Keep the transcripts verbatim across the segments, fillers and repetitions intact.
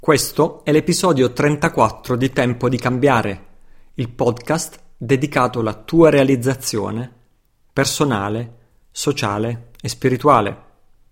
Questo è l'episodio trentaquattro di Tempo di Cambiare, il podcast dedicato alla tua realizzazione personale, sociale e spirituale.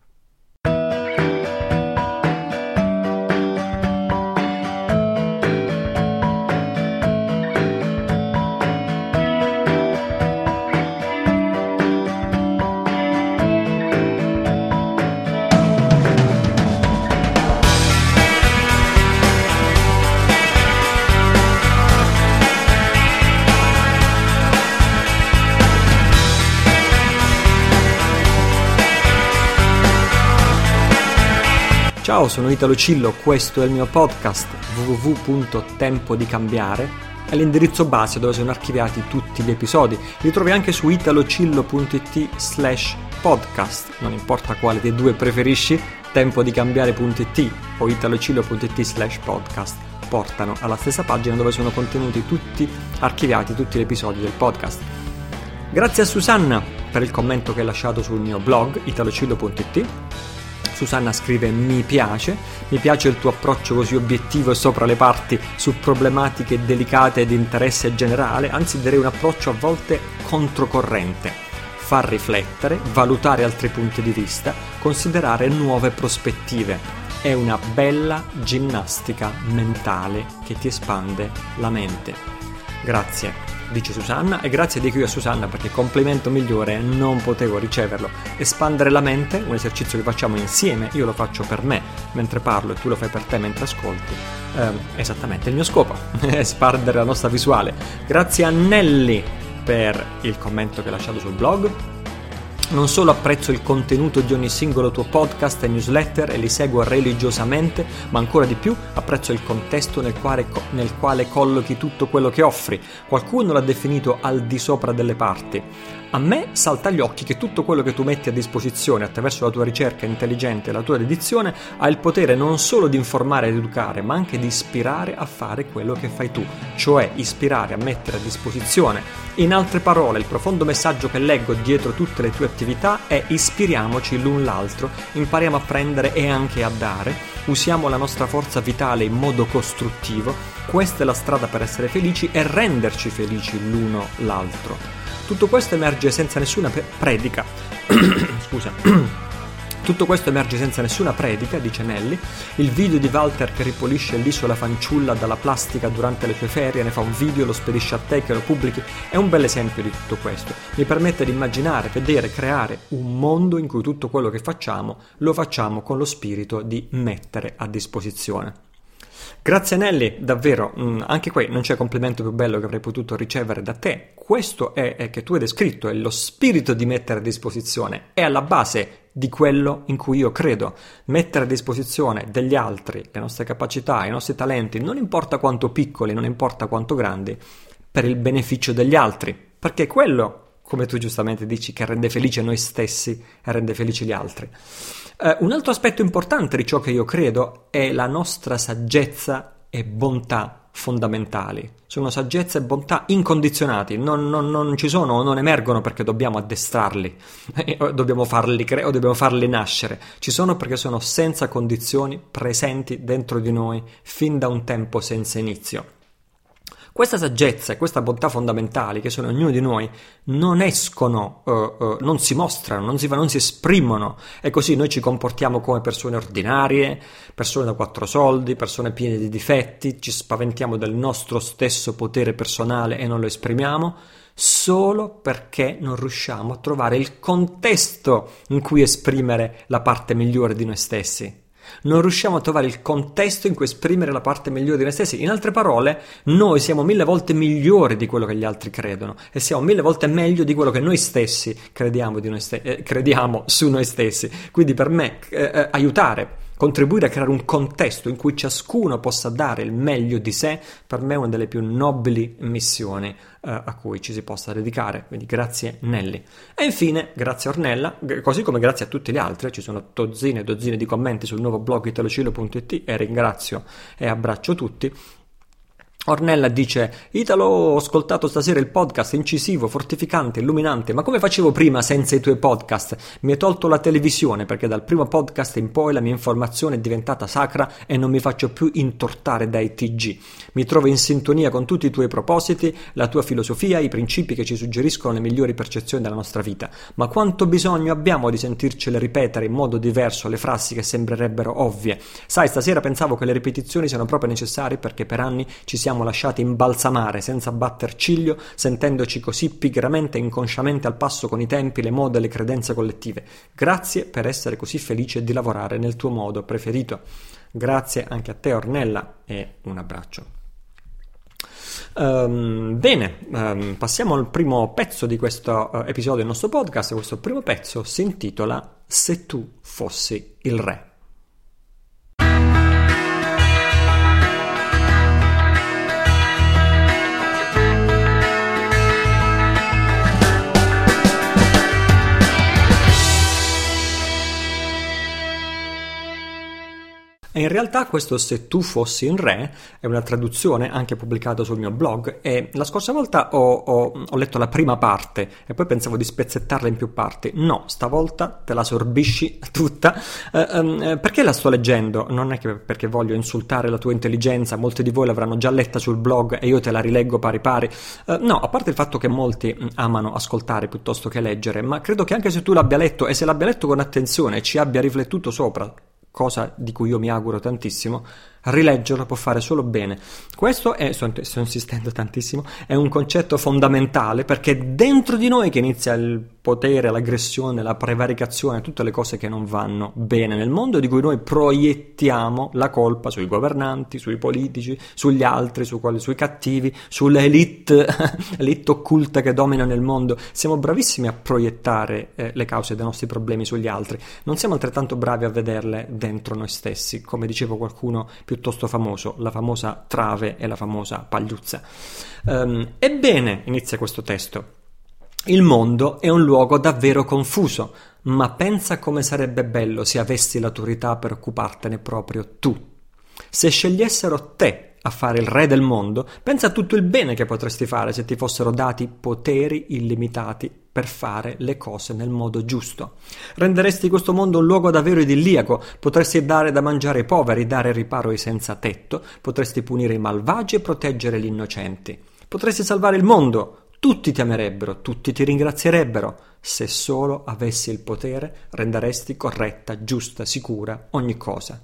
Ciao, sono Italo Cillo, questo è il mio podcast w w w punto tempo di cambiare, è l'indirizzo base dove sono archiviati tutti gli episodi. Li trovi anche su italocillo punto it slash podcast, non importa quale dei due preferisci, tempodicambiare punto it o italocillo punto it slash podcast, portano alla stessa pagina dove sono contenuti tutti, archiviati tutti gli episodi del podcast. Grazie a Susanna per il commento che hai lasciato sul mio blog italocillo punto it. Susanna scrive: mi piace, mi piace il tuo approccio così obiettivo e sopra le parti su problematiche delicate di interesse generale, anzi direi un approccio a volte controcorrente. Far riflettere, valutare altri punti di vista, considerare nuove prospettive. È una bella ginnastica mentale che ti espande la mente. Grazie, dice Susanna, e grazie dico io a Susanna perché complimento migliore non potevo riceverlo. Espandere la mente, un esercizio che facciamo insieme, io lo faccio per me mentre parlo e tu lo fai per te mentre ascolti, eh, esattamente il mio scopo, espandere la nostra visuale. Grazie a Nelly per il commento che hai lasciato sul blog. Non solo apprezzo il contenuto di ogni singolo tuo podcast e newsletter e li seguo religiosamente, ma ancora di più apprezzo il contesto nel quale, nel quale collochi tutto quello che offri. Qualcuno l'ha definito al di sopra delle parti. A me salta agli occhi che tutto quello che tu metti a disposizione attraverso la tua ricerca intelligente e la tua dedizione ha il potere non solo di informare ed educare, ma anche di ispirare a fare quello che fai tu, cioè ispirare a mettere a disposizione. In altre parole, il profondo messaggio che leggo dietro tutte le tue attività è: ispiriamoci l'un l'altro, impariamo a prendere e anche a dare, usiamo la nostra forza vitale in modo costruttivo. Questa è la strada per essere felici e renderci felici l'uno l'altro. Tutto questo emerge senza nessuna pe- predica. Scusa. Tutto questo emerge senza nessuna predica, dice Nelly. Il video di Walter che ripulisce l'isola fanciulla dalla plastica durante le sue ferie, ne fa un video, lo spedisce a te, che lo pubblichi, è un bel esempio di tutto questo. Mi permette di immaginare, vedere, creare un mondo in cui tutto quello che facciamo lo facciamo con lo spirito di mettere a disposizione. Grazie Nelly, davvero, anche qui non c'è complimento più bello che avrei potuto ricevere da te. Questo è, è che tu hai descritto, è lo spirito di mettere a disposizione, è alla base di quello in cui io credo. Mettere a disposizione degli altri le nostre capacità, i nostri talenti, non importa quanto piccoli, non importa quanto grandi, per il beneficio degli altri, perché è quello, come tu giustamente dici, che rende felice noi stessi e rende felici gli altri. Uh, un altro aspetto importante di ciò che io credo è la nostra saggezza e bontà fondamentali. Sono saggezza e bontà incondizionati, non, non, non ci sono o non emergono perché dobbiamo addestrarli, o dobbiamo farli cre- o dobbiamo farli nascere. Ci sono perché sono senza condizioni, presenti dentro di noi fin da un tempo senza inizio. Questa saggezza e questa bontà fondamentali che sono in ognuno di noi non escono, uh, uh, non si mostrano, non si, non si esprimono, e così noi ci comportiamo come persone ordinarie, persone da quattro soldi, persone piene di difetti, ci spaventiamo del nostro stesso potere personale e non lo esprimiamo, solo perché non riusciamo a trovare il contesto in cui esprimere la parte migliore di noi stessi. Non riusciamo a trovare il contesto in cui esprimere la parte migliore di noi stessi. In altre parole, noi siamo mille volte migliori di quello che gli altri credono e siamo mille volte meglio di quello che noi stessi crediamo, di noi ste- eh, crediamo su noi stessi. Quindi per me eh, eh, aiutare, contribuire a creare un contesto in cui ciascuno possa dare il meglio di sé, per me è una delle più nobili missioni eh, a cui ci si possa dedicare. Quindi grazie Nelly. E infine grazie Ornella, così come grazie a tutti gli altri. Ci sono dozzine e dozzine di commenti sul nuovo blog italocillo punto it e ringrazio e abbraccio tutti. Ornella dice: Italo, ho ascoltato stasera il podcast incisivo, fortificante, illuminante, ma come facevo prima senza i tuoi podcast? Mi hai tolto la televisione perché dal primo podcast in poi la mia informazione è diventata sacra e non mi faccio più intortare dai T G. Mi trovo in sintonia con tutti i tuoi propositi, la tua filosofia, i principi che ci suggeriscono le migliori percezioni della nostra vita. Ma quanto bisogno abbiamo di sentircele ripetere in modo diverso le frasi che sembrerebbero ovvie? Sai, stasera pensavo che le ripetizioni siano proprio necessarie perché per anni ci siamo lasciati imbalsamare senza batter ciglio, sentendoci così pigramente e inconsciamente al passo con i tempi, le mode e le credenze collettive. Grazie per essere così felice di lavorare nel tuo modo preferito. Grazie anche a te, Ornella, e un abbraccio. Um, bene, um, passiamo al primo pezzo di questo uh, episodio del nostro podcast. Questo primo pezzo si intitola Se tu fossi il re. E in realtà questo Se tu fossi un re è una traduzione anche pubblicata sul mio blog, e la scorsa volta ho, ho, ho letto la prima parte e poi pensavo di spezzettarla in più parti. No, stavolta te la sorbisci tutta. Eh, eh, perché la sto leggendo? Non è che perché voglio insultare la tua intelligenza, molti di voi l'avranno già letta sul blog e io te la rileggo pari pari. Eh, no, a parte il fatto che molti amano ascoltare piuttosto che leggere, ma credo che anche se tu l'abbia letto e se l'abbia letto con attenzione e ci abbia riflettuto sopra, cosa di cui io mi auguro tantissimo, rileggerlo può fare solo bene. Questo è, sto, sto insistendo tantissimo, è un concetto fondamentale, perché è dentro di noi che inizia il potere, l'aggressione, la prevaricazione, tutte le cose che non vanno bene nel mondo, di cui noi proiettiamo la colpa sui governanti, sui politici, sugli altri, su quali, sui cattivi, sulle elite, elite occulte che dominano il mondo. Siamo bravissimi a proiettare eh, le cause dei nostri problemi sugli altri, non siamo altrettanto bravi a vederle dentro noi stessi, come diceva qualcuno piuttosto famoso, la famosa trave e la famosa pagliuzza. Um, ebbene, inizia questo testo: il mondo è un luogo davvero confuso, ma pensa come sarebbe bello se avessi l'autorità per occupartene proprio tu. Se scegliessero te a fare il re del mondo, pensa a tutto il bene che potresti fare se ti fossero dati poteri illimitati per fare le cose nel modo giusto. Renderesti questo mondo un luogo davvero idilliaco, potresti dare da mangiare ai poveri, dare riparo ai senza tetto, potresti punire i malvagi e proteggere gli innocenti. Potresti salvare il mondo, tutti ti amerebbero, tutti ti ringrazierebbero. Se solo avessi il potere, renderesti corretta, giusta, sicura ogni cosa.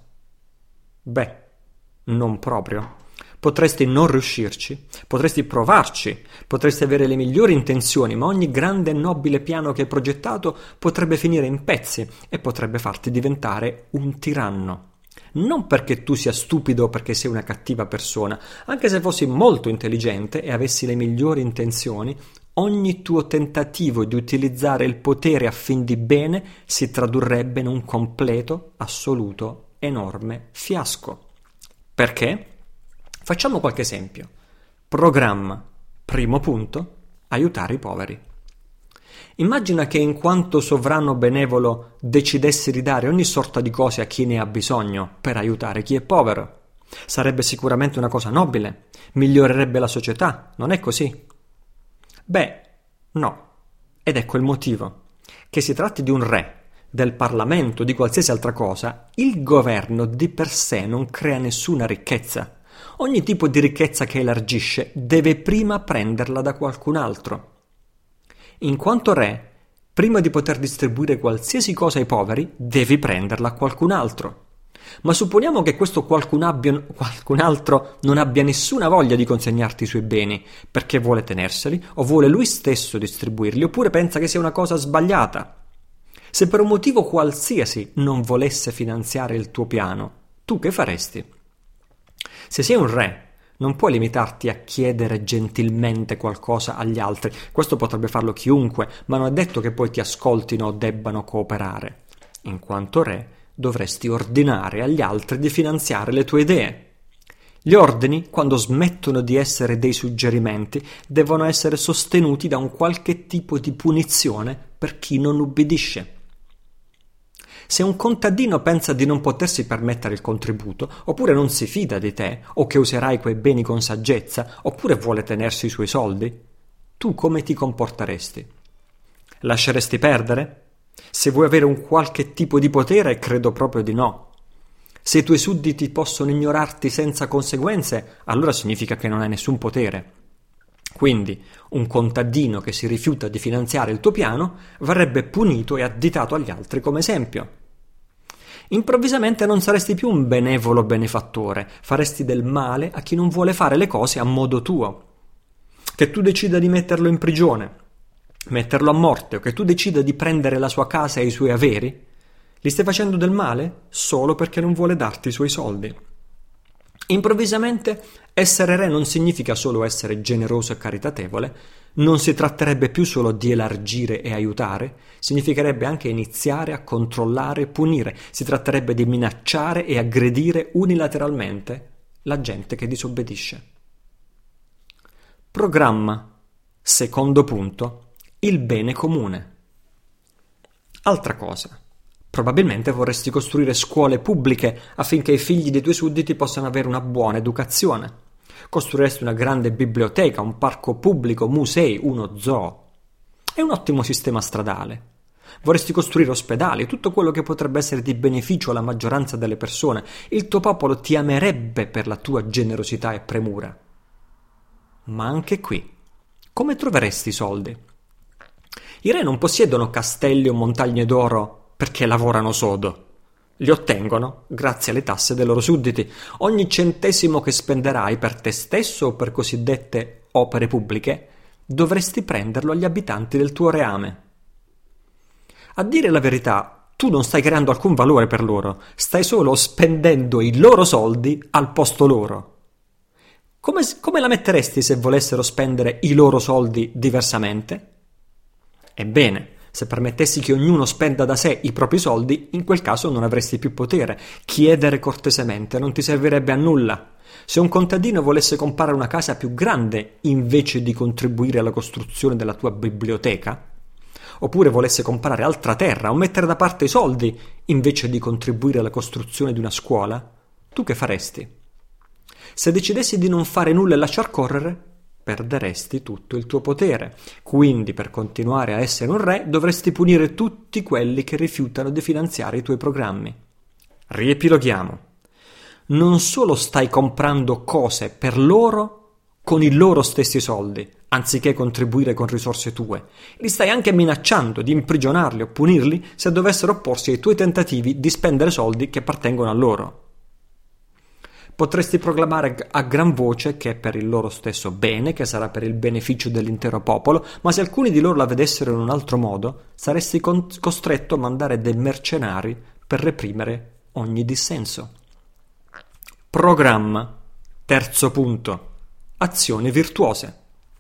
Beh, non proprio. Potresti non riuscirci, potresti provarci, potresti avere le migliori intenzioni, ma ogni grande e nobile piano che hai progettato potrebbe finire in pezzi e potrebbe farti diventare un tiranno. Non perché tu sia stupido o perché sei una cattiva persona, anche se fossi molto intelligente e avessi le migliori intenzioni, ogni tuo tentativo di utilizzare il potere a fin di bene si tradurrebbe in un completo, assoluto, enorme fiasco. Perché? Facciamo qualche esempio. Programma. Primo punto: aiutare i poveri. Immagina che in quanto sovrano benevolo decidessi di dare ogni sorta di cose a chi ne ha bisogno per aiutare chi è povero. Sarebbe sicuramente una cosa nobile, migliorerebbe la società, non è così? Beh, no. Ed ecco il motivo. Che si tratti di un re, del Parlamento, di qualsiasi altra cosa, il governo di per sé non crea nessuna ricchezza. Ogni tipo di ricchezza che elargisce deve prima prenderla da qualcun altro. In quanto re, prima di poter distribuire qualsiasi cosa ai poveri, devi prenderla a qualcun altro. Ma supponiamo che questo qualcun, abbia, qualcun altro non abbia nessuna voglia di consegnarti i suoi beni, perché vuole tenerseli, o vuole lui stesso distribuirli, oppure pensa che sia una cosa sbagliata. Se per un motivo qualsiasi non volesse finanziare il tuo piano, tu che faresti? Se sei un re, non puoi limitarti a chiedere gentilmente qualcosa agli altri. Questo potrebbe farlo chiunque, ma non è detto che poi ti ascoltino o debbano cooperare. In quanto re, dovresti ordinare agli altri di finanziare le tue idee. Gli ordini, quando smettono di essere dei suggerimenti, devono essere sostenuti da un qualche tipo di punizione per chi non ubbidisce. Se un contadino pensa di non potersi permettere il contributo, oppure non si fida di te, o che userai quei beni con saggezza, oppure vuole tenersi i suoi soldi, tu come ti comporteresti? Lasceresti perdere? Se vuoi avere un qualche tipo di potere, credo proprio di no. Se i tuoi sudditi possono ignorarti senza conseguenze, allora significa che non hai nessun potere. Quindi un contadino che si rifiuta di finanziare il tuo piano verrebbe punito e additato agli altri come esempio. Improvvisamente non saresti più un benevolo benefattore, faresti del male a chi non vuole fare le cose a modo tuo. Che tu decida di metterlo in prigione, metterlo a morte, o che tu decida di prendere la sua casa e i suoi averi, gli stai facendo del male solo perché non vuole darti i suoi soldi. Improvvisamente essere re non significa solo essere generoso e caritatevole, non si tratterebbe più solo di elargire e aiutare, significherebbe anche iniziare a controllare e punire, si tratterebbe di minacciare e aggredire unilateralmente la gente che disobbedisce. Programma. Secondo punto. Il bene comune. Altra cosa. Probabilmente vorresti costruire scuole pubbliche affinché i figli dei tuoi sudditi possano avere una buona educazione. Costruiresti una grande biblioteca, un parco pubblico, musei, uno zoo. È un ottimo sistema stradale. Vorresti costruire ospedali, tutto quello che potrebbe essere di beneficio alla maggioranza delle persone. Il tuo popolo ti amerebbe per la tua generosità e premura. Ma anche qui, come troveresti i soldi? I re non possiedono castelli o montagne d'oro perché lavorano sodo. Li ottengono grazie alle tasse dei loro sudditi. Ogni centesimo che spenderai per te stesso o per cosiddette opere pubbliche, dovresti prenderlo agli abitanti del tuo reame. A dire la verità, tu non stai creando alcun valore per loro, stai solo spendendo i loro soldi al posto loro. Come, come la metteresti se volessero spendere i loro soldi diversamente? Ebbene, se permettessi che ognuno spenda da sé i propri soldi, in quel caso non avresti più potere. Chiedere cortesemente non ti servirebbe a nulla. Se un contadino volesse comprare una casa più grande invece di contribuire alla costruzione della tua biblioteca, oppure volesse comprare altra terra o mettere da parte i soldi invece di contribuire alla costruzione di una scuola, tu che faresti? Se decidessi di non fare nulla e lasciar correre, perderesti tutto il tuo potere. Quindi, per continuare a essere un re, dovresti punire tutti quelli che rifiutano di finanziare i tuoi programmi. Riepiloghiamo. Non solo stai comprando cose per loro con i loro stessi soldi, anziché contribuire con risorse tue, li stai anche minacciando di imprigionarli o punirli se dovessero opporsi ai tuoi tentativi di spendere soldi che appartengono a loro. Potresti proclamare a gran voce che è per il loro stesso bene, che sarà per il beneficio dell'intero popolo, ma se alcuni di loro la vedessero in un altro modo, saresti con- costretto a mandare dei mercenari per reprimere ogni dissenso. Programma. Terzo punto. Azioni virtuose.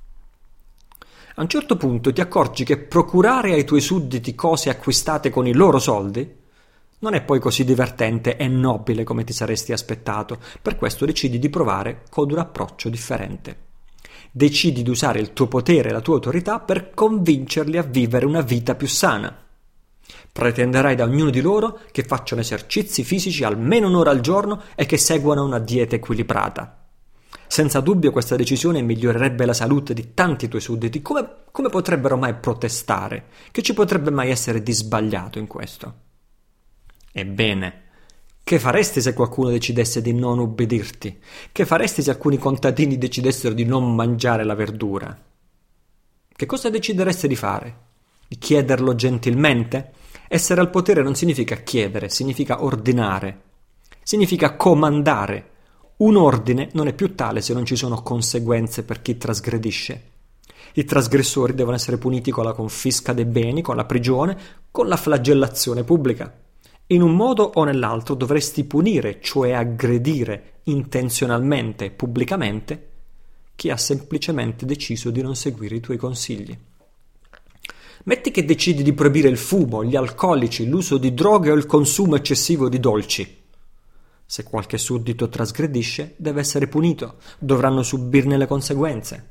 A un certo punto ti accorgi che procurare ai tuoi sudditi cose acquistate con i loro soldi non è poi così divertente e nobile come ti saresti aspettato, per questo decidi di provare con un approccio differente. Decidi di usare il tuo potere e la tua autorità per convincerli a vivere una vita più sana. Pretenderai da ognuno di loro che facciano esercizi fisici almeno un'ora al giorno e che seguano una dieta equilibrata. Senza dubbio questa decisione migliorerebbe la salute di tanti tuoi sudditi. Come, come potrebbero mai protestare? Che ci potrebbe mai essere di sbagliato in questo? Ebbene, che faresti se qualcuno decidesse di non ubbidirti? Che faresti se alcuni contadini decidessero di non mangiare la verdura? Che cosa decideresti di fare? Di chiederlo gentilmente? Essere al potere non significa chiedere, significa ordinare. Significa comandare. Un ordine non è più tale se non ci sono conseguenze per chi trasgredisce. I trasgressori devono essere puniti con la confisca dei beni, con la prigione, con la flagellazione pubblica. In un modo o nell'altro dovresti punire, cioè aggredire intenzionalmente e pubblicamente, chi ha semplicemente deciso di non seguire i tuoi consigli. Metti che decidi di proibire il fumo, gli alcolici, l'uso di droghe o il consumo eccessivo di dolci. Se qualche suddito trasgredisce, deve essere punito, dovranno subirne le conseguenze.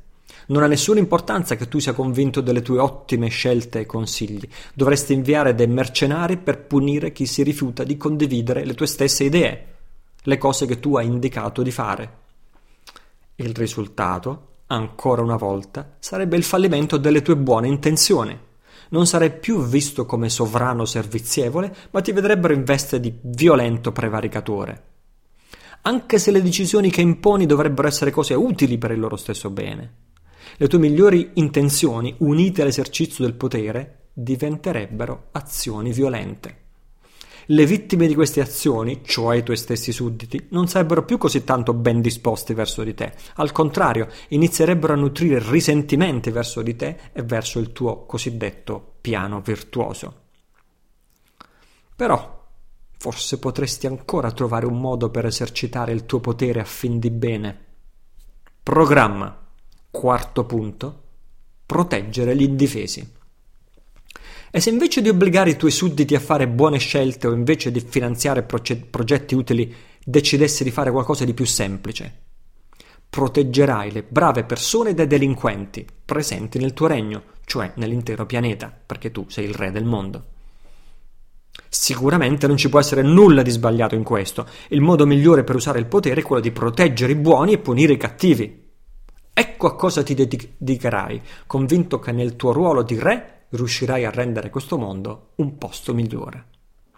Non ha nessuna importanza che tu sia convinto delle tue ottime scelte e consigli. Dovresti inviare dei mercenari per punire chi si rifiuta di condividere le tue stesse idee, le cose che tu hai indicato di fare. Il risultato, ancora una volta, sarebbe il fallimento delle tue buone intenzioni. Non sarai più visto come sovrano servizievole, ma ti vedrebbero in veste di violento prevaricatore. Anche se le decisioni che imponi dovrebbero essere cose utili per il loro stesso bene. Le tue migliori intenzioni, unite all'esercizio del potere, diventerebbero azioni violente. Le vittime di queste azioni, cioè i tuoi stessi sudditi, non sarebbero più così tanto ben disposti verso di te. Al contrario, inizierebbero a nutrire risentimenti verso di te e verso il tuo cosiddetto piano virtuoso. Però, forse potresti ancora trovare un modo per esercitare il tuo potere a fin di bene. Programma. Quarto punto. Proteggere gli indifesi. E se invece di obbligare i tuoi sudditi a fare buone scelte o invece di finanziare proge- progetti utili, decidessi di fare qualcosa di più semplice? Proteggerai le brave persone dai delinquenti presenti nel tuo regno, cioè nell'intero pianeta, perché tu sei il re del mondo. Sicuramente non ci può essere nulla di sbagliato in questo. Il modo migliore per usare il potere è quello di proteggere i buoni e punire i cattivi. Ecco a cosa ti dedicherai, convinto che nel tuo ruolo di re riuscirai a rendere questo mondo un posto migliore.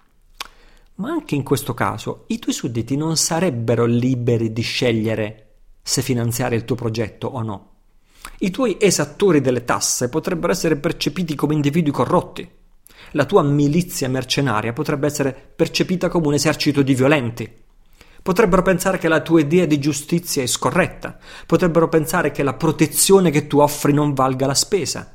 Ma anche in questo caso i tuoi sudditi non sarebbero liberi di scegliere se finanziare il tuo progetto o no. I tuoi esattori delle tasse potrebbero essere percepiti come individui corrotti. La tua milizia mercenaria potrebbe essere percepita come un esercito di violenti. Potrebbero pensare che la tua idea di giustizia è scorretta. Potrebbero pensare che la protezione che tu offri non valga la spesa.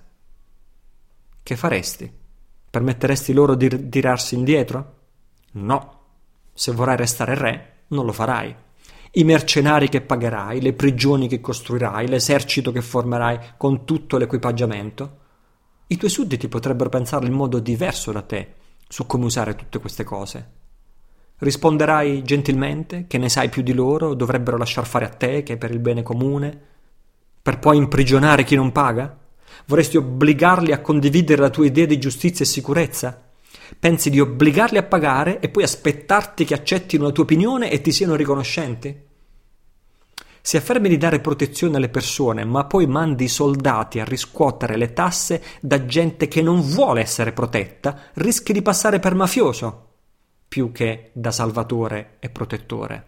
Che faresti? Permetteresti loro di tirarsi indietro? No. Se vorrai restare re, non lo farai. I mercenari che pagherai, le prigioni che costruirai, l'esercito che formerai con tutto l'equipaggiamento, i tuoi sudditi potrebbero pensare in modo diverso da te su come usare tutte queste cose. Risponderai gentilmente che ne sai più di loro, dovrebbero lasciar fare a te, che è per il bene comune, per poi imprigionare chi non paga? Vorresti obbligarli a condividere la tua idea di giustizia e sicurezza? Pensi di obbligarli a pagare e poi aspettarti che accettino la tua opinione e ti siano riconoscenti? Se affermi di dare protezione alle persone, ma poi mandi i soldati a riscuotere le tasse da gente che non vuole essere protetta, rischi di passare per mafioso, più che da salvatore e protettore.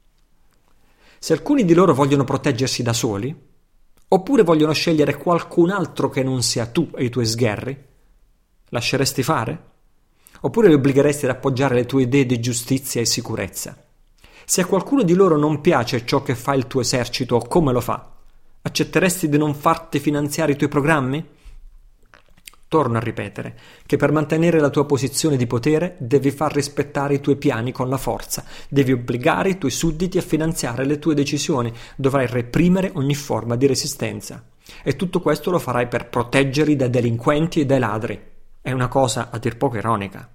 Se alcuni di loro vogliono proteggersi da soli, oppure vogliono scegliere qualcun altro che non sia tu e i tuoi sgherri, lasceresti fare? Oppure li obbligheresti ad appoggiare le tue idee di giustizia e sicurezza? Se a qualcuno di loro non piace ciò che fa il tuo esercito o come lo fa, accetteresti di non farti finanziare i tuoi programmi? Torno a ripetere che per mantenere la tua posizione di potere devi far rispettare i tuoi piani con la forza, devi obbligare i tuoi sudditi a finanziare le tue decisioni, dovrai reprimere ogni forma di resistenza. E tutto questo lo farai per proteggerli dai delinquenti e dai ladri. È una cosa a dir poco ironica.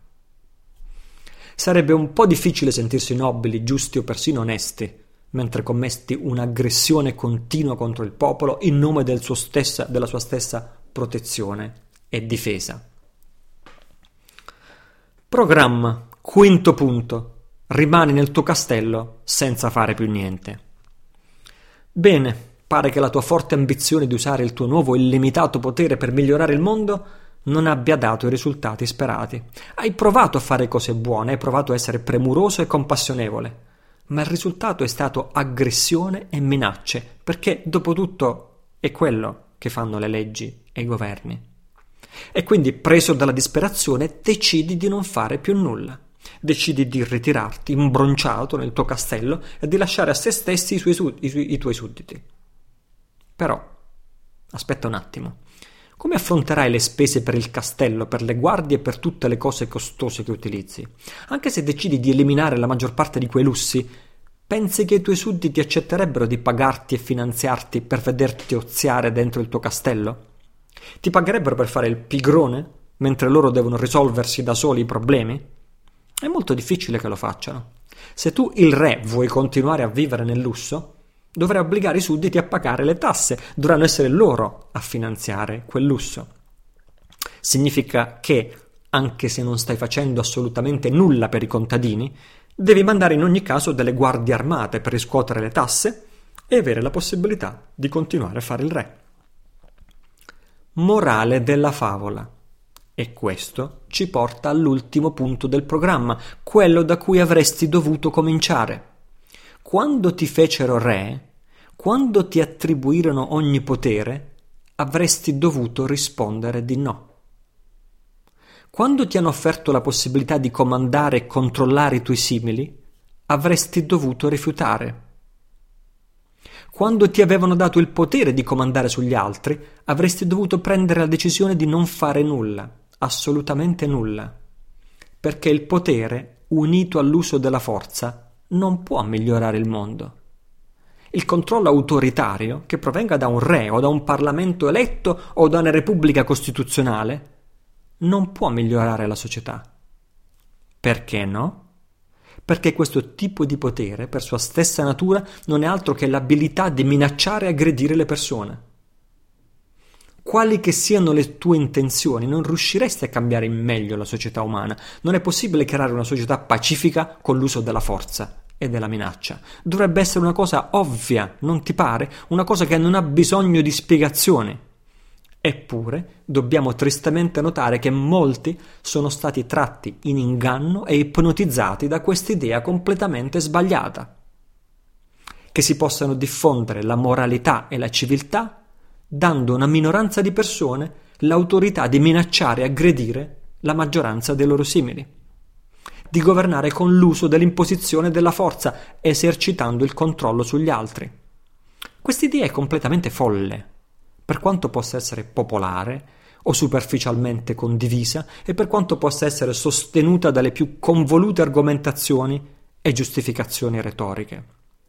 Sarebbe un po' difficile sentirsi nobili, giusti o persino onesti, mentre commesti un'aggressione continua contro il popolo in nome del suo stessa, della sua stessa protezione e difesa. Programma. Quinto punto. Rimani nel tuo castello senza fare più niente. Bene, pare che la tua forte ambizione di usare il tuo nuovo illimitato potere per migliorare il mondo non abbia dato i risultati sperati. Hai provato a fare cose buone, hai provato a essere premuroso e compassionevole, ma il risultato è stato aggressione e minacce, perché dopo tutto è quello che fanno le leggi e i governi. E quindi, preso dalla disperazione, decidi di non fare più nulla. Decidi di ritirarti imbronciato nel tuo castello e di lasciare a se stessi i, suoi su- i, su- i tuoi sudditi. Però, aspetta un attimo. Come affronterai le spese per il castello, per le guardie e per tutte le cose costose che utilizzi? Anche se decidi di eliminare la maggior parte di quei lussi, pensi che i tuoi sudditi accetterebbero di pagarti e finanziarti per vederti oziare dentro il tuo castello? Ti pagherebbero per fare il pigrone, mentre loro devono risolversi da soli i problemi? È molto difficile che lo facciano. Se tu, il re, vuoi continuare a vivere nel lusso, Dovrà obbligare i sudditi a pagare le tasse, dovranno essere loro a finanziare quel lusso. Significa che, anche se non stai facendo assolutamente nulla per i contadini, devi mandare in ogni caso delle guardie armate per riscuotere le tasse e avere la possibilità di continuare a fare il re. Morale della favola. E questo ci porta all'ultimo punto del programma, quello da cui avresti dovuto cominciare. Quando ti fecero re, quando ti attribuirono ogni potere, avresti dovuto rispondere di no. Quando ti hanno offerto la possibilità di comandare e controllare i tuoi simili, avresti dovuto rifiutare. Quando ti avevano dato il potere di comandare sugli altri, avresti dovuto prendere la decisione di non fare nulla, assolutamente nulla, perché il potere, unito all'uso della forza, non può migliorare il mondo. Il controllo autoritario, che provenga da un re o da un Parlamento eletto o da una Repubblica Costituzionale, non può migliorare la società. Perché no? Perché questo tipo di potere, per sua stessa natura, non è altro che l'abilità di minacciare e aggredire le persone. Quali che siano le tue intenzioni, non riusciresti a cambiare in meglio la società umana. Non è possibile creare una società pacifica con l'uso della forza e della minaccia. Dovrebbe essere una cosa ovvia, non ti pare? Una cosa che non ha bisogno di spiegazioni. Eppure dobbiamo tristemente notare che molti sono stati tratti in inganno e ipnotizzati da quest'idea completamente sbagliata. Che si possano diffondere la moralità e la civiltà dando a una minoranza di persone l'autorità di minacciare e aggredire la maggioranza dei loro simili, di governare con l'uso dell'imposizione della forza, esercitando il controllo sugli altri. Quest'idea è completamente folle, per quanto possa essere popolare o superficialmente condivisa e per quanto possa essere sostenuta dalle più convolute argomentazioni e giustificazioni retoriche.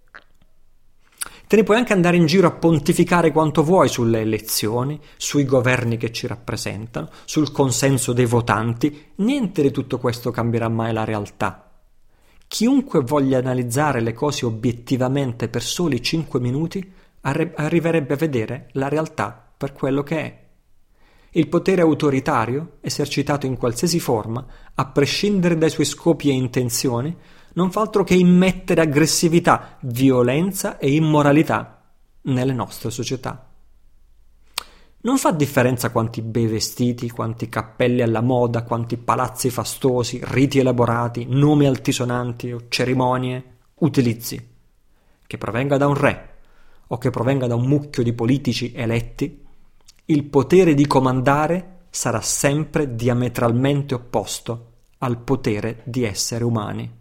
Te ne puoi anche andare in giro a pontificare quanto vuoi sulle elezioni, sui governi che ci rappresentano, sul consenso dei votanti. Niente di tutto questo cambierà mai la realtà. Chiunque voglia analizzare le cose obiettivamente per soli cinque minuti arri- arriverebbe a vedere la realtà per quello che è. Il potere autoritario, esercitato in qualsiasi forma, a prescindere dai suoi scopi e intenzioni, non fa altro che immettere aggressività, violenza e immoralità nelle nostre società. Non fa differenza quanti bei vestiti, quanti cappelli alla moda, quanti palazzi fastosi, riti elaborati, nomi altisonanti o cerimonie utilizzi. Che provenga da un re o che provenga da un mucchio di politici eletti, il potere di comandare sarà sempre diametralmente opposto al potere di essere umani.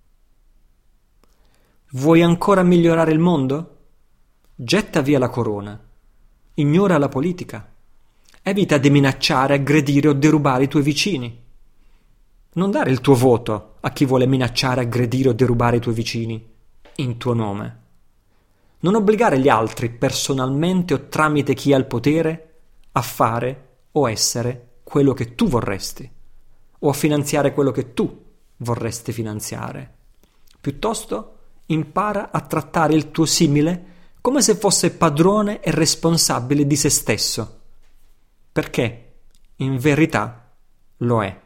Vuoi ancora migliorare il mondo? Getta via la corona. Ignora la politica. Evita di minacciare, aggredire o derubare i tuoi vicini. Non dare il tuo voto a chi vuole minacciare, aggredire o derubare i tuoi vicini in tuo nome. Non obbligare gli altri, personalmente o tramite chi ha il potere, a fare o essere quello che tu vorresti, o a finanziare quello che tu vorresti finanziare. Piuttosto, impara a trattare il tuo simile come se fosse padrone e responsabile di se stesso, perché in verità lo è.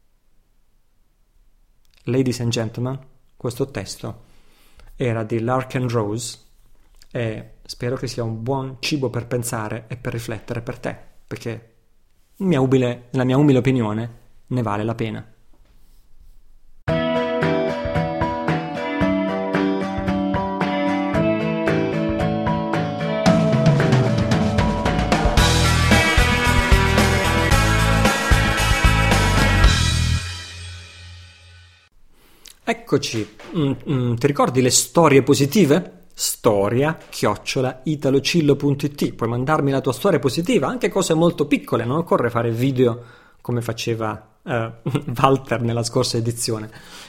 Ladies and gentlemen, questo testo era di Larken Rose e spero che sia un buon cibo per pensare e per riflettere per te, perché mia umile, nella mia umile opinione ne vale la pena. Eccoci, mm, mm, ti ricordi le storie positive? Storia chiocciola italocillo punto it. Puoi mandarmi la tua storia positiva, anche cose molto piccole, non occorre fare video come faceva uh, Walter nella scorsa edizione.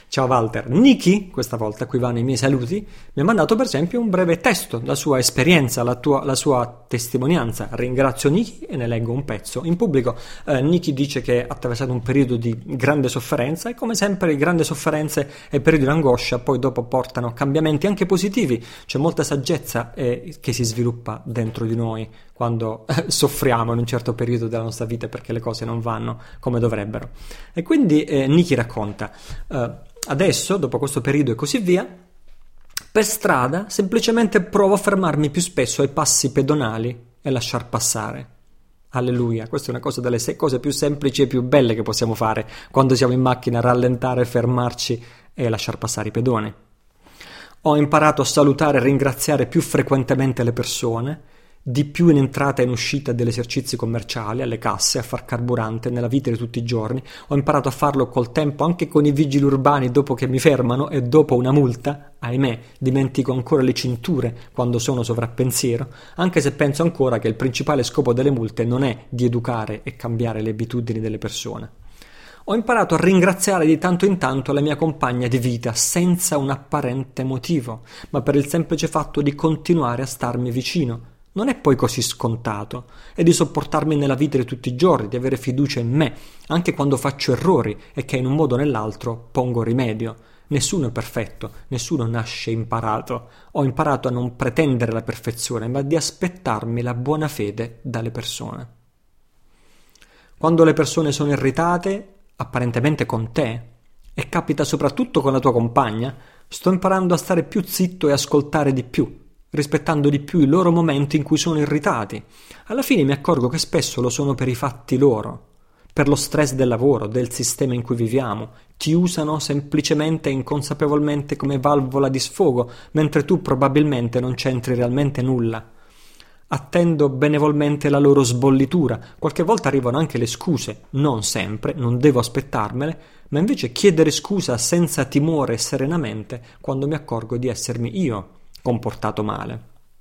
Ciao Walter. Niki, questa volta, qui vanno i miei saluti, mi ha mandato per esempio un breve testo, la sua esperienza, la, tua, la sua testimonianza. Ringrazio Niki e ne leggo un pezzo in pubblico. Eh, Niki dice che ha attraversato un periodo di grande sofferenza e come sempre grandi sofferenze e periodi di angoscia poi dopo portano cambiamenti anche positivi. C'è molta saggezza eh, che si sviluppa dentro di noi quando eh, soffriamo in un certo periodo della nostra vita perché le cose non vanno come dovrebbero. E quindi eh, Niki racconta eh, adesso, dopo questo periodo e così via, per strada semplicemente provo a fermarmi più spesso ai passi pedonali e lasciar passare. Alleluia, questa è una cosa delle cose più semplici e più belle che possiamo fare quando siamo in macchina, rallentare, fermarci e lasciar passare i pedoni. Ho imparato a salutare e ringraziare più frequentemente le persone, di più in entrata e in uscita degli esercizi commerciali, alle casse, a far carburante, nella vita di tutti i giorni. Ho imparato a farlo col tempo anche con i vigili urbani dopo che mi fermano e dopo una multa, ahimè, dimentico ancora le cinture quando sono sovrappensiero, anche se penso ancora che il principale scopo delle multe non è di educare e cambiare le abitudini delle persone. Ho imparato a ringraziare di tanto in tanto la mia compagna di vita senza un apparente motivo, ma per il semplice fatto di continuare a starmi vicino. Non è poi così scontato, è di sopportarmi nella vita di tutti i giorni, di avere fiducia in me, anche quando faccio errori e che in un modo o nell'altro pongo rimedio. Nessuno è perfetto, nessuno nasce imparato. Ho imparato a non pretendere la perfezione, ma di aspettarmi la buona fede dalle persone. Quando le persone sono irritate, apparentemente con te, e capita soprattutto con la tua compagna, sto imparando a stare più zitto e ascoltare di più, rispettando di più i loro momenti in cui sono irritati. Alla fine mi accorgo che spesso lo sono per i fatti loro, per lo stress del lavoro, del sistema in cui viviamo. Ti usano semplicemente e inconsapevolmente come valvola di sfogo, mentre tu probabilmente non c'entri realmente nulla. Attendo benevolmente la loro sbollitura. Qualche volta arrivano anche le scuse, non sempre, non devo aspettarmele, ma invece chiedere scusa senza timore e serenamente quando mi accorgo di essermi io comportato male.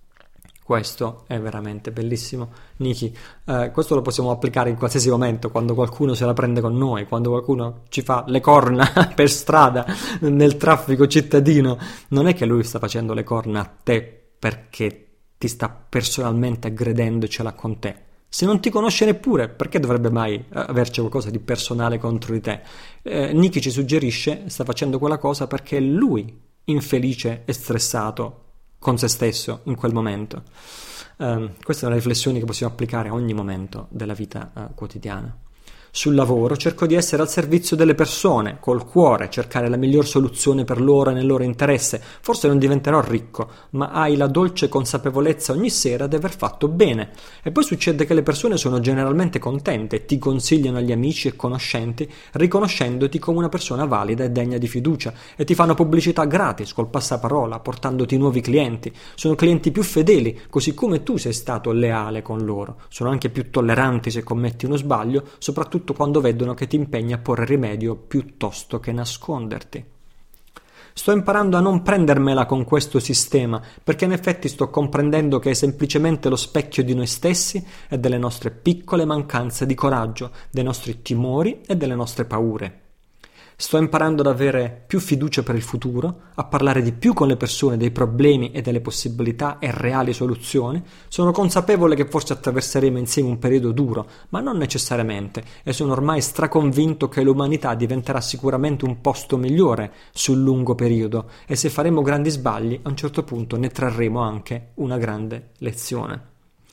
Questo è veramente bellissimo, Niki. Eh, questo lo possiamo applicare in qualsiasi momento, quando qualcuno se la prende con noi, quando qualcuno ci fa le corna per strada, nel traffico cittadino. Non è che lui sta facendo le corna a te perché ti sta personalmente aggredendo e ce l'ha con te. Se non ti conosce neppure, perché dovrebbe mai averci qualcosa di personale contro di te? Eh, Niki ci suggerisce, sta facendo quella cosa perché è lui infelice e stressato con se stesso in quel momento. Um, questa è una riflessione che possiamo applicare a ogni momento della vita uh, quotidiana. Sul lavoro cerco di essere al servizio delle persone, col cuore, cercare la miglior soluzione per loro e nel loro interesse. Forse non diventerò ricco, ma hai la dolce consapevolezza ogni sera di aver fatto bene. E poi succede che le persone sono generalmente contente, ti consigliano agli amici e conoscenti, riconoscendoti come una persona valida e degna di fiducia, e ti fanno pubblicità gratis col passaparola, portandoti nuovi clienti. Sono clienti più fedeli, così come tu sei stato leale con loro. Sono anche più tolleranti se commetti uno sbaglio, soprattutto quando vedono che ti impegni a porre rimedio piuttosto che nasconderti. Sto imparando a non prendermela con questo sistema, perché in effetti sto comprendendo che è semplicemente lo specchio di noi stessi e delle nostre piccole mancanze di coraggio, dei nostri timori e delle nostre paure. Sto imparando ad avere più fiducia per il futuro, a parlare di più con le persone dei problemi e delle possibilità e reali soluzioni. Sono consapevole che forse attraverseremo insieme un periodo duro, ma non necessariamente, e sono ormai straconvinto che l'umanità diventerà sicuramente un posto migliore sul lungo periodo, e se faremo grandi sbagli, a un certo punto ne trarremo anche una grande lezione.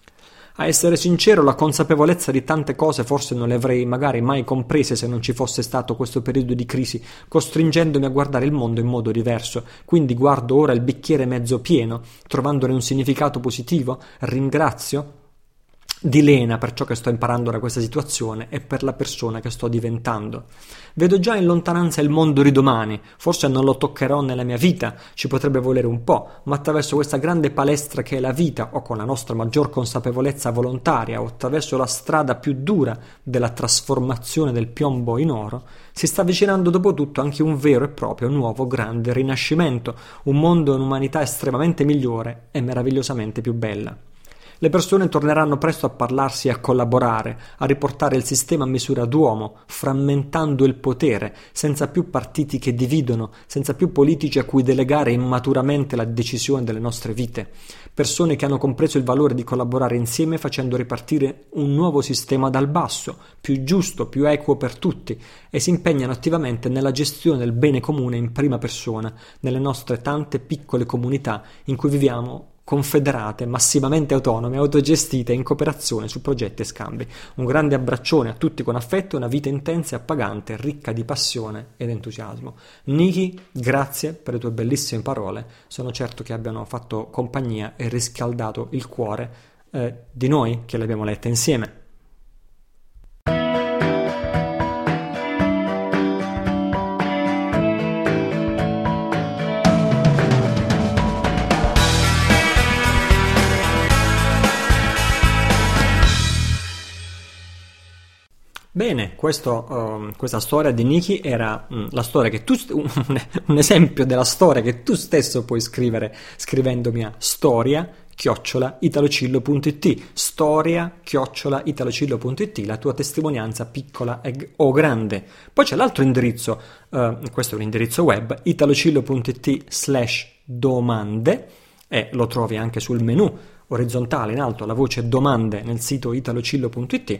A essere sincero, la consapevolezza di tante cose forse non le avrei magari mai comprese se non ci fosse stato questo periodo di crisi, costringendomi a guardare il mondo in modo diverso. Quindi guardo ora il bicchiere mezzo pieno, trovandone un significato positivo, ringrazio di Lena per ciò che sto imparando da questa situazione e per la persona che sto diventando. Vedo già in lontananza il mondo di domani, forse non lo toccherò nella mia vita, ci potrebbe volere un po', ma attraverso questa grande palestra che è la vita, o con la nostra maggior consapevolezza volontaria, o attraverso la strada più dura della trasformazione del piombo in oro, si sta avvicinando dopo tutto anche un vero e proprio nuovo grande rinascimento, un mondo e un'umanità estremamente migliore e meravigliosamente più bella. Le persone torneranno presto a parlarsi e a collaborare, a riportare il sistema a misura d'uomo, frammentando il potere, senza più partiti che dividono, senza più politici a cui delegare immaturamente la decisione delle nostre vite. Persone che hanno compreso il valore di collaborare insieme facendo ripartire un nuovo sistema dal basso, più giusto, più equo per tutti, e si impegnano attivamente nella gestione del bene comune in prima persona, nelle nostre tante piccole comunità in cui viviamo confederate, massivamente autonome, autogestite in cooperazione su progetti e scambi. Un grande abbraccione a tutti con affetto e una vita intensa e appagante, ricca di passione ed entusiasmo. Niki, grazie per le tue bellissime parole, sono certo che abbiano fatto compagnia e riscaldato il cuore eh, di noi che le abbiamo lette insieme. Bene, questo, uh, questa storia di Niki era um, la storia che tu, un, un esempio della storia che tu stesso puoi scrivere scrivendomi a storia chiocciola italocillo punto it, storia chiocciola italocillo punto it, la tua testimonianza piccola e, o grande. Poi c'è l'altro indirizzo, uh, questo è un indirizzo web, italocillo punto it slash domande, e lo trovi anche sul menu orizzontale in alto, la voce domande nel sito italocillo punto it,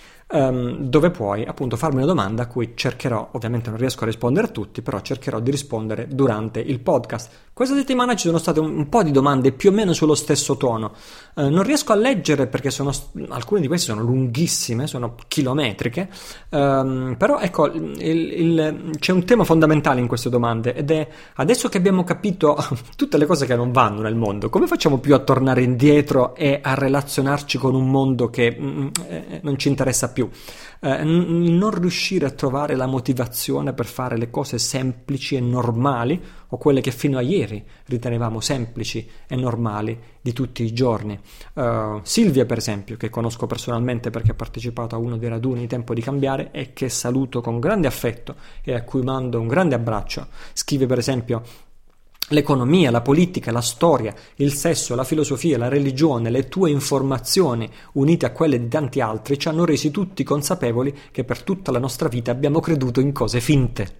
Um, dove puoi appunto farmi una domanda a cui cercherò, ovviamente non riesco a rispondere a tutti, però cercherò di rispondere durante il podcast. Questa settimana ci sono state un, un po' di domande più o meno sullo stesso tono. Uh, non riesco a leggere perché sono, alcune di queste sono lunghissime, sono chilometriche, um, però ecco, il, il, c'è un tema fondamentale in queste domande ed è: adesso che abbiamo capito tutte le cose che non vanno nel mondo, come facciamo più a tornare indietro e a relazionarci con un mondo che mm, eh, non ci interessa più? Eh, n- non riuscire a trovare la motivazione per fare le cose semplici e normali, o quelle che fino a ieri ritenevamo semplici e normali di tutti i giorni. Uh, Silvia, per esempio, che conosco personalmente perché ha partecipato a uno dei raduni Tempo di Cambiare e che saluto con grande affetto e a cui mando un grande abbraccio, scrive per esempio: l'economia, la politica, la storia, il sesso, la filosofia, la religione, le tue informazioni unite a quelle di tanti altri ci hanno resi tutti consapevoli che per tutta la nostra vita abbiamo creduto in cose finte.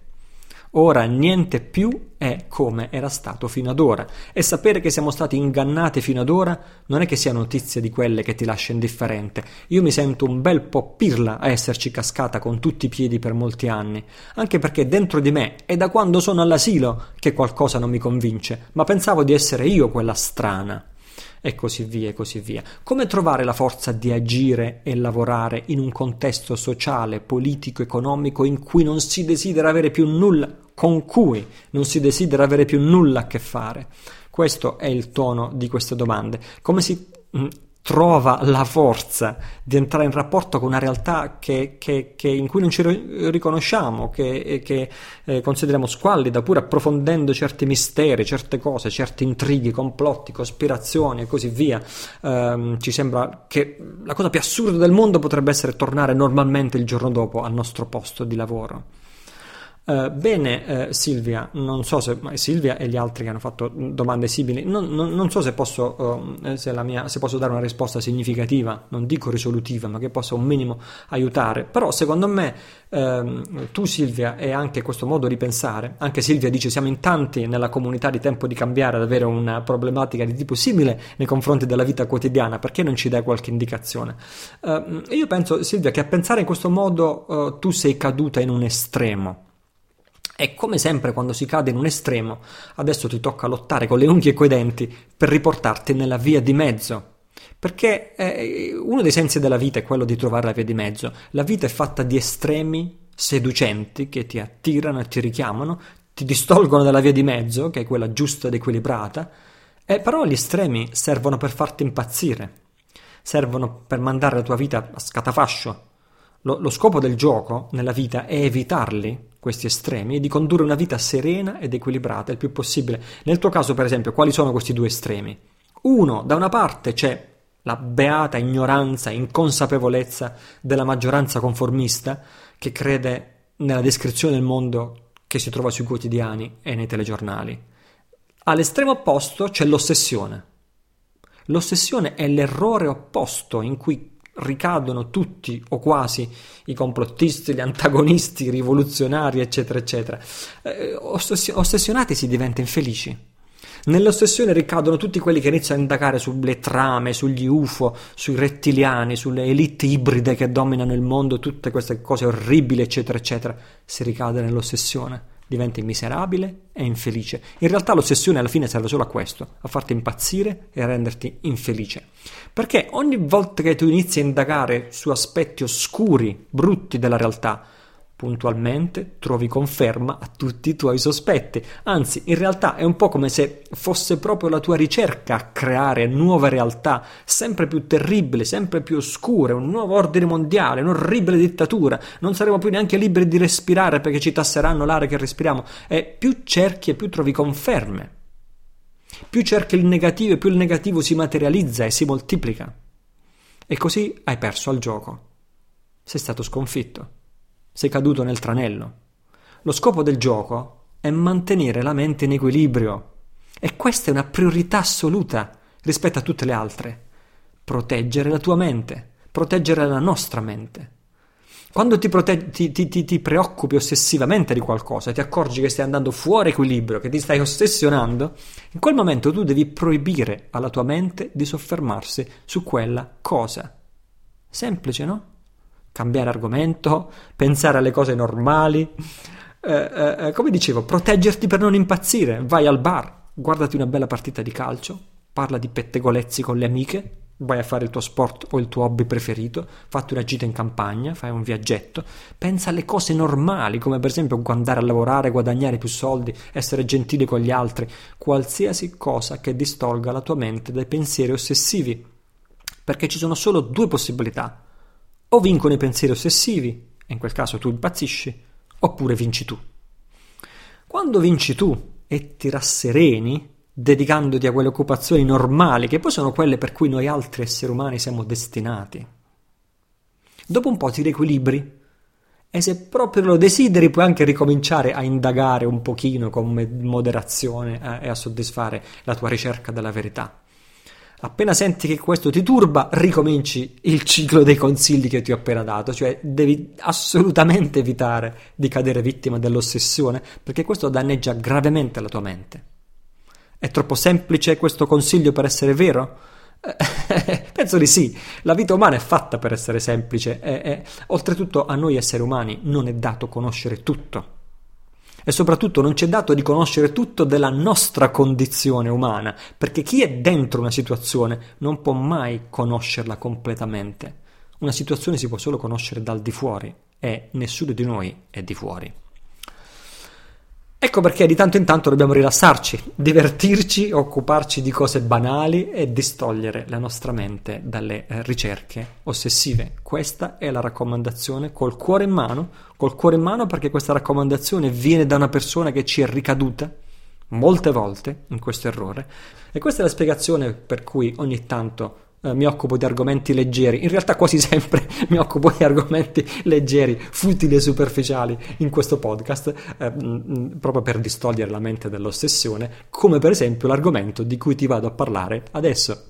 Ora niente più è come era stato fino ad ora, e sapere che siamo stati ingannati fino ad ora non è che sia notizia di quelle che ti lascia indifferente. Io mi sento un bel po' pirla a esserci cascata con tutti i piedi per molti anni, anche perché dentro di me è da quando sono all'asilo che qualcosa non mi convince, ma pensavo di essere io quella strana. E così via, e così via. Come trovare la forza di agire e lavorare in un contesto sociale, politico, economico in cui non si desidera avere più nulla, con cui non si desidera avere più nulla a che fare? Questo è il tono di queste domande. Come si mh, trova la forza di entrare in rapporto con una realtà che, che, che in cui non ci riconosciamo, che, che eh, consideriamo squallida, pur approfondendo certi misteri, certe cose, certi intrighi, complotti, cospirazioni e così via. Um, ci sembra che la cosa più assurda del mondo potrebbe essere tornare normalmente il giorno dopo al nostro posto di lavoro. Uh, bene, uh, Silvia, non so se Silvia e gli altri che hanno fatto domande simili, non, non, non so se posso, uh, se, la mia, se posso dare una risposta significativa, non dico risolutiva, ma che possa un minimo aiutare. Però secondo me uh, tu, Silvia, e anche questo modo di pensare, anche Silvia dice siamo in tanti nella comunità di Tempo di Cambiare ad avere una problematica di tipo simile nei confronti della vita quotidiana, perché non ci dai qualche indicazione? Uh, io penso, Silvia, che a pensare in questo modo uh, tu sei caduta in un estremo. E come sempre quando si cade in un estremo, adesso ti tocca lottare con le unghie e coi denti per riportarti nella via di mezzo. Perché eh, uno dei sensi della vita è quello di trovare la via di mezzo. La vita è fatta di estremi seducenti che ti attirano e ti richiamano, ti distolgono dalla via di mezzo, che è quella giusta ed equilibrata, e però gli estremi servono per farti impazzire, servono per mandare la tua vita a scatafascio. Lo, lo scopo del gioco nella vita è evitarli, questi estremi, e di condurre una vita serena ed equilibrata il più possibile. Nel tuo caso, per esempio, quali sono questi due estremi? Uno, da una parte c'è la beata ignoranza e inconsapevolezza della maggioranza conformista che crede nella descrizione del mondo che si trova sui quotidiani e nei telegiornali. All'estremo opposto c'è l'ossessione. L'ossessione è l'errore opposto in cui ricadono tutti o quasi i complottisti, gli antagonisti, i rivoluzionari, eccetera, eccetera. Eh, ossessionati si diventa infelici. Nell'ossessione ricadono tutti quelli che iniziano a indagare sulle trame, sugli U F O, sui rettiliani, sulle elite ibride che dominano il mondo, tutte queste cose orribili, eccetera, eccetera. Si ricade nell'ossessione, diventi miserabile e infelice. In realtà l'ossessione alla fine serve solo a questo, a farti impazzire e a renderti infelice. Perché ogni volta che tu inizi a indagare su aspetti oscuri, brutti della realtà, puntualmente trovi conferma a tutti i tuoi sospetti. Anzi, in realtà è un po' come se fosse proprio la tua ricerca a creare nuove realtà, sempre più terribili, sempre più oscure, un nuovo ordine mondiale, un'orribile dittatura. Non saremo più neanche liberi di respirare perché ci tasseranno l'aria che respiriamo. E più cerchi e più trovi conferme. Più cerchi il negativo e più il negativo si materializza e si moltiplica. E così hai perso al gioco. Sei stato sconfitto. Sei caduto nel tranello. Lo scopo del gioco è mantenere la mente in equilibrio. E questa è una priorità assoluta rispetto a tutte le altre. Proteggere la tua mente. Proteggere la nostra mente. Quando ti, proteggi, ti, ti, ti, ti preoccupi ossessivamente di qualcosa, ti accorgi che stai andando fuori equilibrio, che ti stai ossessionando, in quel momento tu devi proibire alla tua mente di soffermarsi su quella cosa. Semplice, no? Cambiare argomento, pensare alle cose normali, eh, eh, come dicevo, proteggerti per non impazzire. Vai al bar, guardati una bella partita di calcio, parla di pettegolezzi con le amiche, vai a fare il tuo sport o il tuo hobby preferito, fatti una gita in campagna, fai un viaggetto, pensa alle cose normali, come per esempio andare a lavorare, guadagnare più soldi, essere gentile con gli altri, qualsiasi cosa che distolga la tua mente dai pensieri ossessivi, perché ci sono solo due possibilità. O vincono i pensieri ossessivi, e in quel caso tu impazzisci, oppure vinci tu. Quando vinci tu e ti rassereni, dedicandoti a quelle occupazioni normali, che poi sono quelle per cui noi altri esseri umani siamo destinati, dopo un po' ti riequilibri, e se proprio lo desideri puoi anche ricominciare a indagare un pochino con moderazione eh, e a soddisfare la tua ricerca della verità. Appena senti che questo ti turba, ricominci il ciclo dei consigli che ti ho appena dato, cioè devi assolutamente evitare di cadere vittima dell'ossessione, perché questo danneggia gravemente la tua mente. È troppo semplice questo consiglio per essere vero? Penso di sì. La vita umana è fatta per essere semplice e, e oltretutto a noi esseri umani non è dato conoscere tutto. E soprattutto non ci è dato di conoscere tutto della nostra condizione umana, perché chi è dentro una situazione non può mai conoscerla completamente. Una situazione si può solo conoscere dal di fuori e nessuno di noi è di fuori. Ecco perché di tanto in tanto dobbiamo rilassarci, divertirci, occuparci di cose banali e distogliere la nostra mente dalle eh, ricerche ossessive. Questa è la raccomandazione col cuore in mano, col cuore in mano perché questa raccomandazione viene da una persona che ci è ricaduta molte volte in questo errore e questa è la spiegazione per cui ogni tanto Uh, mi occupo di argomenti leggeri, in realtà quasi sempre mi occupo di argomenti leggeri, futili e superficiali in questo podcast, eh, mh, proprio per distogliere la mente dall'ossessione, come per esempio l'argomento di cui ti vado a parlare adesso.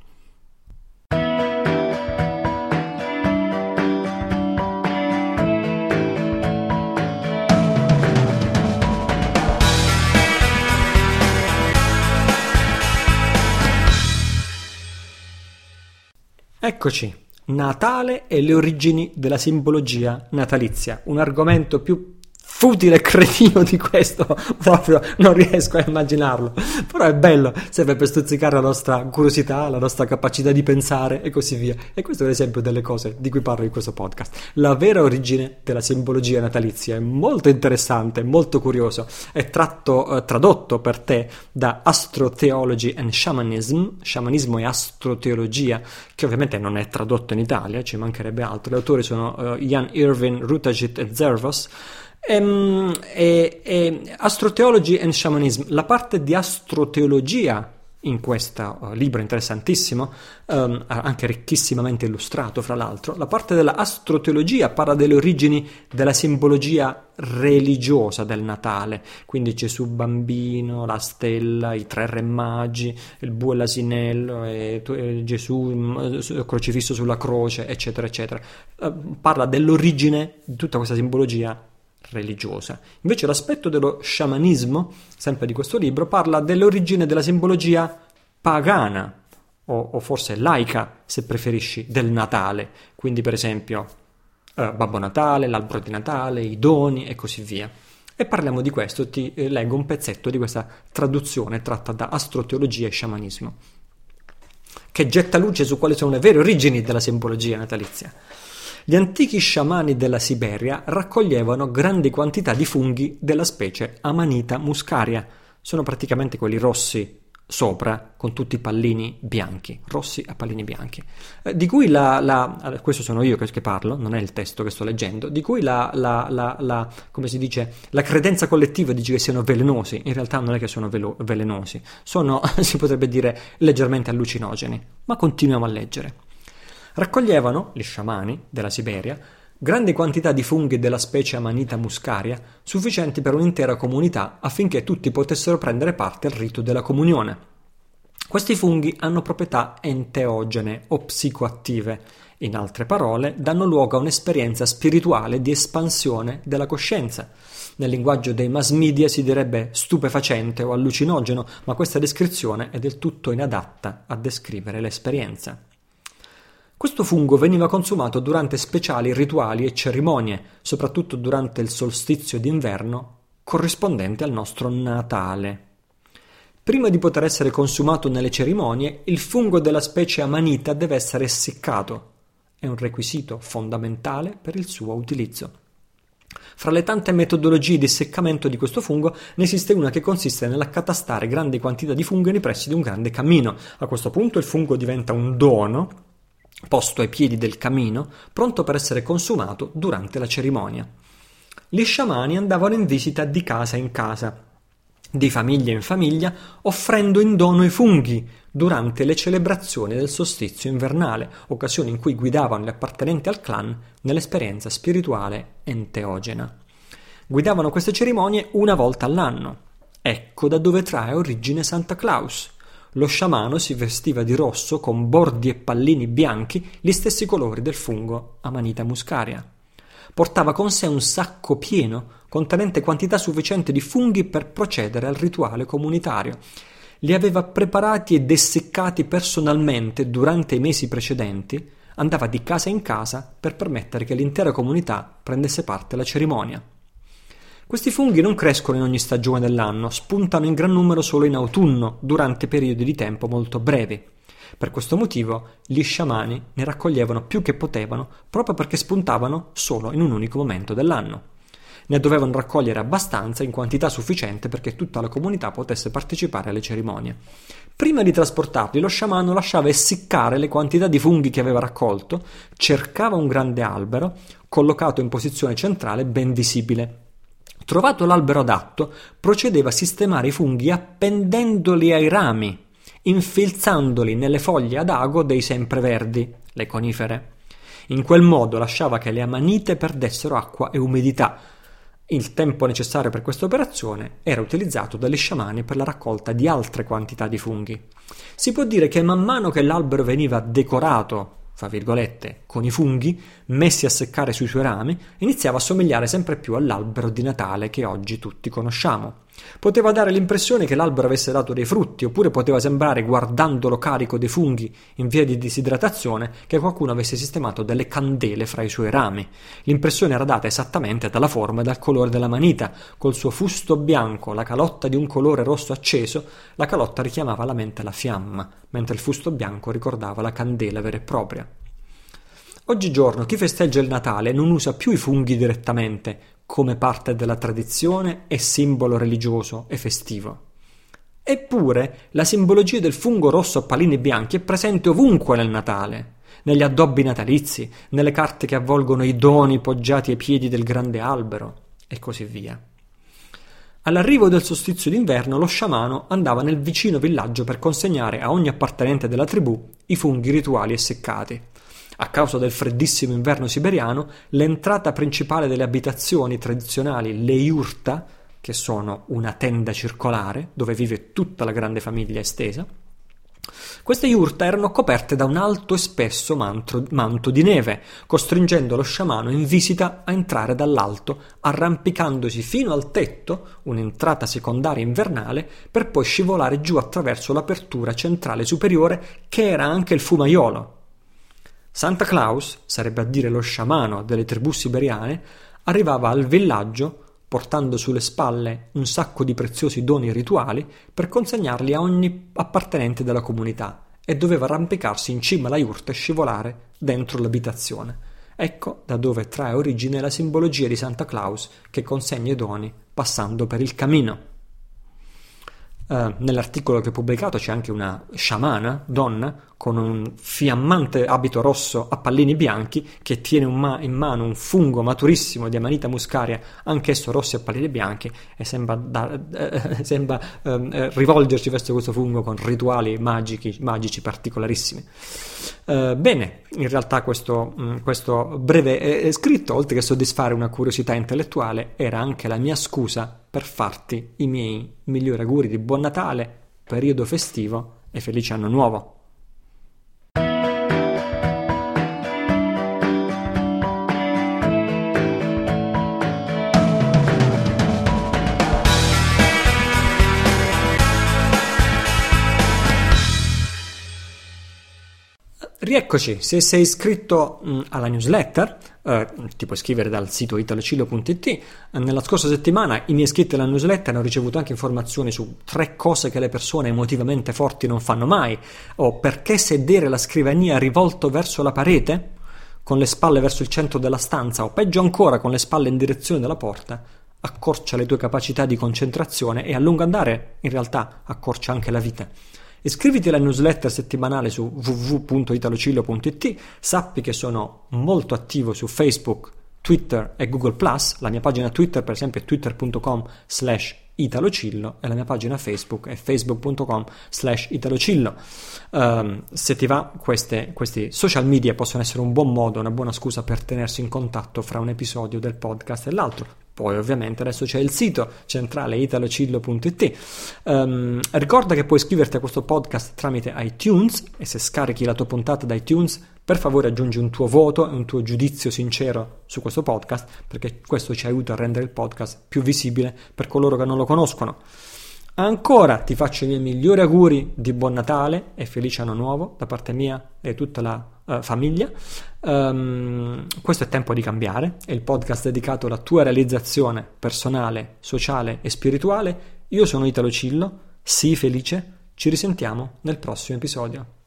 Eccoci, Natale e le origini della simbologia natalizia, un argomento più futile e cretino di questo proprio non riesco a immaginarlo, però è bello, serve per stuzzicare la nostra curiosità, la nostra capacità di pensare e così via, e questo è l'esempio delle cose di cui parlo in questo podcast. La vera origine della simbologia natalizia è molto interessante, molto curioso, è tratto, eh, tradotto per te da Astrotheology and Shamanism, sciamanismo e astroteologia, che ovviamente non è tradotto in Italia, ci mancherebbe altro. Gli autori sono uh, Jan Irvin, Rutajit e Zervos. E, e, e Astrotheology and Shamanism, la parte di astroteologia in questo uh, libro interessantissimo, um, anche ricchissimamente illustrato fra l'altro. La parte della astroteologia parla delle origini della simbologia religiosa del Natale, quindi Gesù bambino, la stella, i tre re magi, il bue e l'asinello, e, e Gesù crocifisso sulla croce, eccetera eccetera. Uh, parla dell'origine di tutta questa simbologia religiosa. Invece l'aspetto dello sciamanismo, sempre di questo libro, parla dell'origine della simbologia pagana o, o forse laica, se preferisci, del Natale. Quindi per esempio eh, Babbo Natale, l'albero di Natale, i doni e così via. E parliamo di questo, ti eh, leggo un pezzetto di questa traduzione tratta da Astroteologia e Sciamanismo, che getta luce su quali sono le vere origini della simbologia natalizia. Gli antichi sciamani della Siberia raccoglievano grandi quantità di funghi della specie Amanita muscaria. Sono praticamente quelli rossi sopra, con tutti i pallini bianchi, rossi a pallini bianchi, eh, di cui la, la... questo sono io che, che parlo, non è il testo che sto leggendo, di cui la, la, la, la come si dice, la credenza collettiva dice che siano velenosi. In realtà non è che sono velo, velenosi, sono, si potrebbe dire, leggermente allucinogeni. Ma continuiamo a leggere. Raccoglievano, gli sciamani della Siberia, grandi quantità di funghi della specie Amanita muscaria, sufficienti per un'intera comunità affinché tutti potessero prendere parte al rito della comunione. Questi funghi hanno proprietà enteogene o psicoattive, in altre parole, danno luogo a un'esperienza spirituale di espansione della coscienza. Nel linguaggio dei mass media si direbbe stupefacente o allucinogeno, ma questa descrizione è del tutto inadatta a descrivere l'esperienza. Questo fungo veniva consumato durante speciali rituali e cerimonie, soprattutto durante il solstizio d'inverno, corrispondente al nostro Natale. Prima di poter essere consumato nelle cerimonie, il fungo della specie Amanita deve essere essiccato. È un requisito fondamentale per il suo utilizzo. Fra le tante metodologie di seccamento di questo fungo, ne esiste una che consiste nell'accatastare grandi quantità di fungo nei pressi di un grande camino. A questo punto il fungo diventa un dono posto ai piedi del camino, pronto per essere consumato durante la cerimonia. Gli sciamani andavano in visita di casa in casa, di famiglia in famiglia, offrendo in dono i funghi durante le celebrazioni del solstizio invernale, occasione in cui guidavano gli appartenenti al clan nell'esperienza spirituale enteogena. Guidavano queste cerimonie una volta all'anno. Ecco da dove trae origine Santa Claus. Lo sciamano si vestiva di rosso con bordi e pallini bianchi, gli stessi colori del fungo Amanita muscaria. Portava con sé un sacco pieno, contenente quantità sufficiente di funghi per procedere al rituale comunitario. Li aveva preparati ed essiccati personalmente durante i mesi precedenti, andava di casa in casa per permettere che l'intera comunità prendesse parte alla cerimonia. Questi funghi non crescono in ogni stagione dell'anno, spuntano in gran numero solo in autunno, durante periodi di tempo molto brevi. Per questo motivo gli sciamani ne raccoglievano più che potevano, proprio perché spuntavano solo in un unico momento dell'anno. Ne dovevano raccogliere abbastanza in quantità sufficiente perché tutta la comunità potesse partecipare alle cerimonie. Prima di trasportarli, lo sciamano lasciava essiccare le quantità di funghi che aveva raccolto, cercava un grande albero, collocato in posizione centrale ben visibile. Trovato l'albero adatto, procedeva a sistemare i funghi appendendoli ai rami, infilzandoli nelle foglie ad ago dei sempreverdi, le conifere. In quel modo lasciava che le amanite perdessero acqua e umidità. Il tempo necessario per questa operazione era utilizzato dagli sciamani per la raccolta di altre quantità di funghi. Si può dire che man mano che l'albero veniva decorato, fra virgolette, con i funghi messi a seccare sui suoi rami, iniziava a somigliare sempre più all'albero di Natale che oggi tutti conosciamo. Poteva dare l'impressione che l'albero avesse dato dei frutti, oppure poteva sembrare, guardandolo carico dei funghi in via di disidratazione, che qualcuno avesse sistemato delle candele fra i suoi rami. L'impressione era data esattamente dalla forma e dal colore della manita. Col suo fusto bianco, la calotta di un colore rosso acceso, la calotta richiamava alla mente la fiamma, mentre il fusto bianco ricordava la candela vera e propria. Oggigiorno chi festeggia il Natale non usa più i funghi direttamente come parte della tradizione e simbolo religioso e festivo. Eppure la simbologia del fungo rosso a pallini bianchi è presente ovunque nel Natale, negli addobbi natalizi, nelle carte che avvolgono i doni poggiati ai piedi del grande albero e così via. All'arrivo del solstizio d'inverno lo sciamano andava nel vicino villaggio per consegnare a ogni appartenente della tribù i funghi rituali essiccati. A causa del freddissimo inverno siberiano, l'entrata principale delle abitazioni tradizionali, le yurta, che sono una tenda circolare dove vive tutta la grande famiglia estesa, queste yurta erano coperte da un alto e spesso manto, manto di neve, costringendo lo sciamano in visita a entrare dall'alto, arrampicandosi fino al tetto, un'entrata secondaria invernale, per poi scivolare giù attraverso l'apertura centrale superiore che era anche il fumaiolo. Santa Claus, sarebbe a dire lo sciamano delle tribù siberiane, arrivava al villaggio portando sulle spalle un sacco di preziosi doni rituali per consegnarli a ogni appartenente della comunità e doveva arrampicarsi in cima alla yurta e scivolare dentro l'abitazione. Ecco da dove trae origine la simbologia di Santa Claus che consegna i doni passando per il camino. Uh, nell'articolo che ho pubblicato c'è anche una sciamana, donna, con un fiammante abito rosso a pallini bianchi che tiene un ma- in mano un fungo maturissimo di Amanita muscaria, anch'esso rossi a pallini bianchi, e sembra, da, eh, sembra eh, rivolgerci verso questo fungo con rituali magici, magici particolarissimi. Uh, bene, in realtà questo, mh, questo breve eh, scritto, oltre che soddisfare una curiosità intellettuale, era anche la mia scusa per farti i miei migliori auguri di buon Natale, periodo festivo e felice anno nuovo. Rieccoci, se sei iscritto mh, alla newsletter, eh, ti puoi iscrivere dal sito italocillo punto it. Nella scorsa settimana i miei iscritti alla newsletter hanno ricevuto anche informazioni su tre cose che le persone emotivamente forti non fanno mai, o perché sedere la scrivania rivolto verso la parete, con le spalle verso il centro della stanza, o peggio ancora con le spalle in direzione della porta, accorcia le tue capacità di concentrazione e a lungo andare in realtà accorcia anche la vita. Iscriviti alla newsletter settimanale su w w w punto italocillo punto it, sappi che sono molto attivo su Facebook, Twitter e Google plus. La mia pagina Twitter per esempio è twitter punto com slash italocillo e la mia pagina Facebook è facebook punto com slash italocillo. Um, se ti va, queste, questi social media possono essere un buon modo, una buona scusa per tenersi in contatto fra un episodio del podcast e l'altro. Poi ovviamente adesso c'è il sito centrale italocillo punto it. Um, ricorda che puoi iscriverti a questo podcast tramite iTunes e se scarichi la tua puntata da iTunes per favore aggiungi un tuo voto e un tuo giudizio sincero su questo podcast, perché questo ci aiuta a rendere il podcast più visibile per coloro che non lo conoscono. Ancora ti faccio i miei migliori auguri di buon Natale e felice anno nuovo da parte mia e tutta la uh, famiglia. Um, questo è Tempo di Cambiare, è il podcast dedicato alla tua realizzazione personale, sociale e spirituale. Io sono Italo Cillo, sii felice, ci risentiamo nel prossimo episodio.